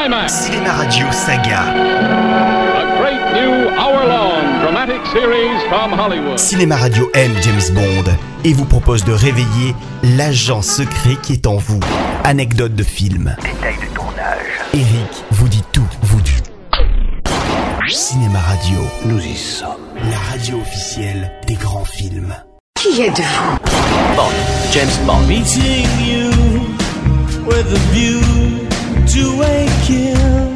Climax. Cinéma Radio Saga. A great new hour-long dramatic series from Hollywood. Cinéma Radio aime James Bond et vous propose de réveiller l'agent secret qui est en vous. Anecdotes de film. Détails de tournage. Eric vous dit tout, vous dit. Cinéma Radio, Nous y sommes. la radio officielle des grands films. Qui êtes-vous? Bond, James Bond. Meeting you with a view to a kill.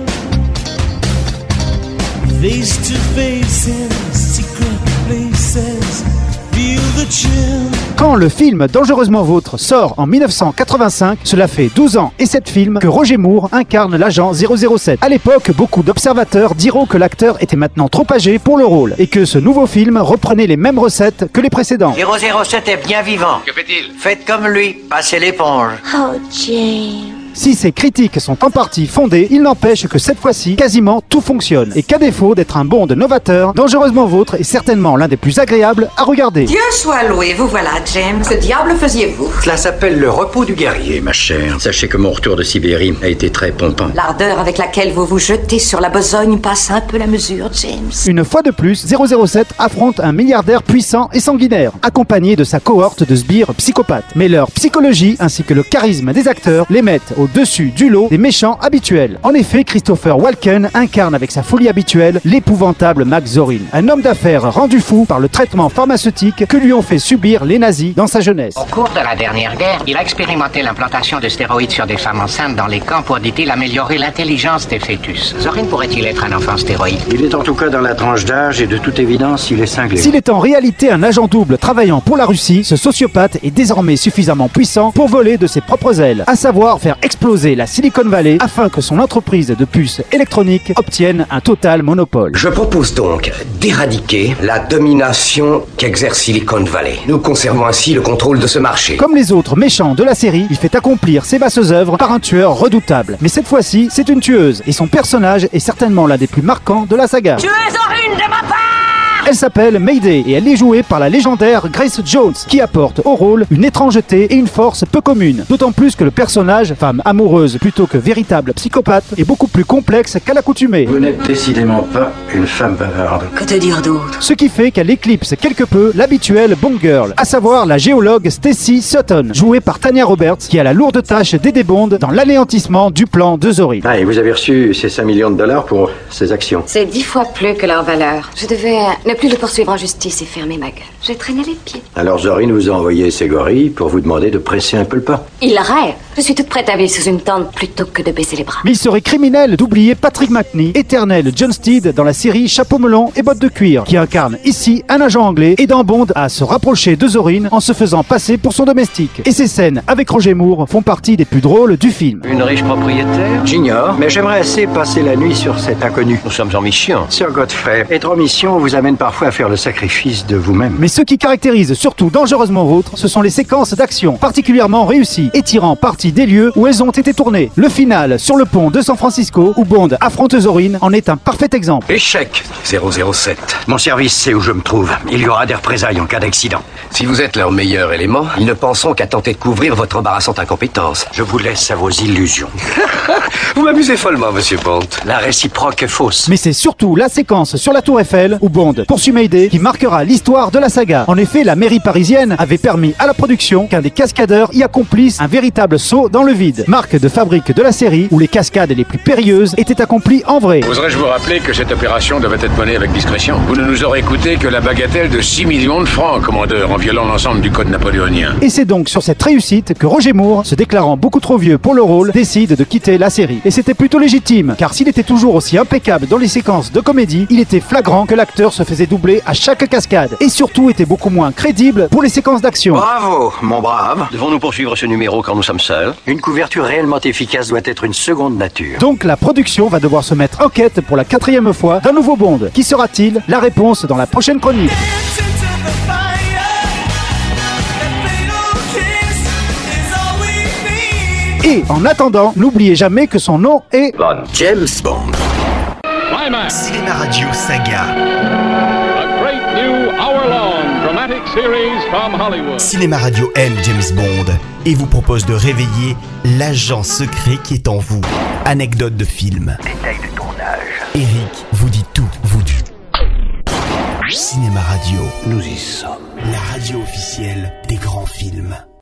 Face to face in secret places. Feel the chill. Quand le film Dangereusement Vôtre sort en 1985, cela fait 12 ans et 7 films que Roger Moore incarne l'agent 007. À l'époque, beaucoup d'observateurs diront que l'acteur était maintenant trop âgé pour le rôle et que ce nouveau film reprenait les mêmes recettes que les précédents. 007 est bien vivant. Que fait-il? Faites comme lui, passez l'éponge. Oh, James. Si ces critiques sont en partie fondées, il n'empêche que cette fois-ci, quasiment tout fonctionne. Et qu'à défaut d'être un Bond novateur, Dangereusement Vôtre est certainement l'un des plus agréables à regarder. Dieu soit loué, vous voilà, James. Que diable faisiez-vous? Cela s'appelle le repos du guerrier, ma chère. Sachez que mon retour de Sibérie a été très pompant. L'ardeur avec laquelle vous vous jetez sur la besogne passe un peu la mesure, James. Une fois de plus, 007 affronte un milliardaire puissant et sanguinaire, accompagné de sa cohorte de sbires psychopathes. Mais leur psychologie ainsi que le charisme des acteurs les mettent au-dessus du lot des méchants habituels. En effet, Christopher Walken incarne avec sa folie habituelle l'épouvantable Max Zorin, un homme d'affaires rendu fou par le traitement pharmaceutique que lui ont fait subir les nazis dans sa jeunesse. Au cours de la dernière guerre, il a expérimenté l'implantation de stéroïdes sur des femmes enceintes dans les camps pour, dit-il, améliorer l'intelligence des fœtus. Zorin pourrait-il être un enfant stéroïde? Il est en tout cas dans la tranche d'âge et de toute évidence, il est cinglé. S'il est en réalité un agent double travaillant pour la Russie, ce sociopathe est désormais suffisamment puissant pour voler de ses propres ailes, à savoir faire exploser la Silicon Valley afin que son entreprise de puces électroniques obtienne un total monopole. Je propose donc d'éradiquer la domination qu'exerce Silicon Valley. Nous conservons ainsi le contrôle de ce marché. Comme les autres méchants de la série, il fait accomplir ses basses œuvres par un tueur redoutable. Mais cette fois-ci, c'est une tueuse, et son personnage est certainement l'un des plus marquants de la saga. Tu es Zorin de ma part! Elle s'appelle Mayday et elle est jouée par la légendaire Grace Jones qui apporte au rôle une étrangeté et une force peu communes. D'autant plus que le personnage, femme amoureuse plutôt que véritable psychopathe, est beaucoup plus complexe qu'à l'accoutumée. Vous n'êtes décidément pas une femme bavarde. Que te dire d'autre? Ce qui fait qu'elle éclipse quelque peu l'habituelle Bond Girl, à savoir la géologue Stacy Sutton, jouée par Tanya Roberts, qui a la lourde tâche d'aider Bond dans l'anéantissement du plan de Zorin. Ah, et vous avez reçu ces $5 millions pour ces actions. C'est 10 fois plus que leur valeur. Je devais ne plus le poursuivre en justice et fermer ma gueule. J'ai traîné les pieds. Alors Zorin vous a envoyé ses gorilles pour vous demander de presser un peu le pas. Il rêve. Je suis toute prête à vivre sous une tente plutôt que de baisser les bras. Mais il serait criminel d'oublier Patrick McNee, éternel John Steed dans la série Chapeau melon et bottes de cuir, qui incarne ici un agent anglais et dans Bond à se rapprocher de Zorin en se faisant passer pour son domestique. Et ces scènes avec Roger Moore font partie des plus drôles du film. Une riche propriétaire? J'ignore, mais j'aimerais assez passer la nuit sur cet inconnu. Nous sommes en mission. Sir Godfrey, être en mission vous amène parfois à faire le sacrifice de vous-même. Mais ce qui caractérise surtout Dangereusement Vôtre, ce sont les séquences d'action particulièrement réussies et tirant parti des lieux où elles ont été tournées. Le final sur le pont de San Francisco où Bond affronte Zorin en est un parfait exemple. Échec 007. Mon service sait où je me trouve. Il y aura des représailles en cas d'accident. Si vous êtes leur meilleur élément, ils ne penseront qu'à tenter de couvrir votre embarrassante incompétence. Je vous laisse à vos illusions. Vous m'amusez follement, monsieur Bond. La réciproque est fausse. Mais c'est surtout la séquence sur la Tour Eiffel où Bond poursuit Mayday qui marquera l'histoire de la saga. En effet, la mairie parisienne avait permis à la production qu'un des cascadeurs y accomplisse un véritable saut dans le vide. Marque de fabrique de la série où les cascades les plus périlleuses étaient accomplies en vrai. Oserais-je vous rappeler que cette opération devait être menée avec discrétion? Vous ne nous aurez coûté que la bagatelle de 6 millions de francs, commandeur, en violant l'ensemble du code napoléonien. Et c'est donc sur cette réussite que Roger Moore, se déclarant beaucoup trop vieux pour le rôle, décide de quitter la série. Et c'était plutôt légitime, car s'il était toujours aussi impeccable dans les séquences de comédie, il était flagrant que l'acteur se faisait doubler à chaque cascade, et surtout était beaucoup moins crédible pour les séquences d'action. Bravo, mon brave. Devons-nous poursuivre ce numéro quand nous sommes seuls? Une couverture réellement efficace doit être une seconde nature. Donc la production va devoir se mettre en quête pour la 4e fois d'un nouveau Bond. Qui sera-t-il? La réponse dans la prochaine chronique. Et en attendant, n'oubliez jamais que son nom est James Bond. Climax. Cinéma Radio Saga. A great new hour-long dramatic series from Hollywood. Cinéma Radio aime James Bond et vous propose de réveiller l'agent secret qui est en vous. Anecdote de film. Détail de tournage. Eric vous dit tout, vous dit. Cinéma Radio, Nous y sommes. la radio officielle des grands films.